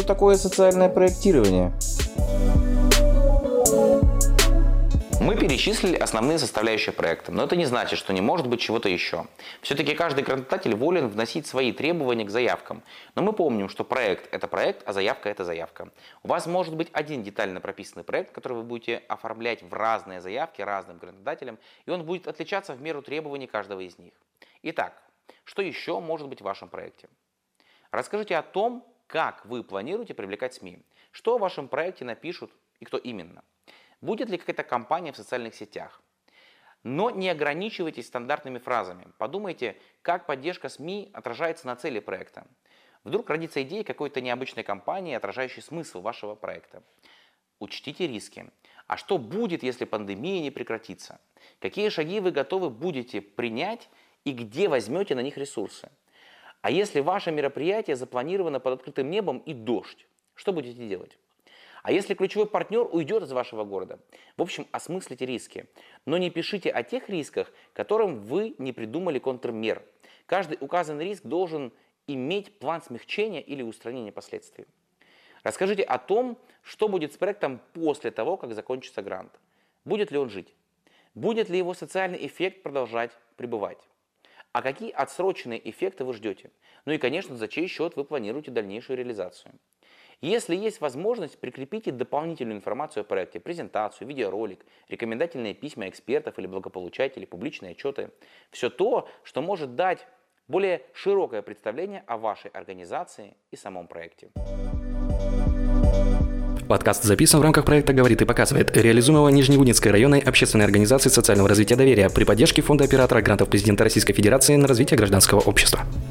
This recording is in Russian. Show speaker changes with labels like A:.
A: такое социальное проектирование?
B: Мы перечислили основные составляющие проекта, но это не значит, что не может быть чего-то еще. Все-таки каждый грантодатель волен вносить свои требования к заявкам. Но мы помним, что проект – это проект, а заявка – это заявка. У вас может быть один детально прописанный проект, который вы будете оформлять в разные заявки разным грантодателям, и он будет отличаться в меру требований каждого из них. Итак, что еще может быть в вашем проекте? Расскажите о том, как вы планируете привлекать СМИ, что о вашем проекте напишут и кто именно. Будет ли какая-то кампания в социальных сетях? Но не ограничивайтесь стандартными фразами. Подумайте, как поддержка СМИ отражается на цели проекта. Вдруг родится идея какой-то необычной кампании, отражающей смысл вашего проекта. Учтите риски. А что будет, если пандемия не прекратится? Какие шаги вы готовы будете принять и где возьмете на них ресурсы? А если ваше мероприятие запланировано под открытым небом и дождь, что будете делать? А если ключевой партнер уйдет из вашего города? В общем, осмыслите риски. Но не пишите о тех рисках, которым вы не придумали контрмер. Каждый указанный риск должен иметь план смягчения или устранения последствий. Расскажите о том, что будет с проектом после того, как закончится грант. Будет ли он жить? Будет ли его социальный эффект продолжать пребывать? А какие отсроченные эффекты вы ждете? Ну и, конечно, за чей счет вы планируете дальнейшую реализацию? Если есть возможность, прикрепите дополнительную информацию о проекте, презентацию, видеоролик, рекомендательные письма экспертов или благополучателей, публичные отчеты. Все то, что может дать более широкое представление о вашей организации и самом проекте.
C: Подкаст записан в рамках проекта «Говорит и показывает», реализуемого Нижневудинской районной общественной организацией социального развития доверия при поддержке Фонда оператора грантов президента Российской Федерации на развитие гражданского общества.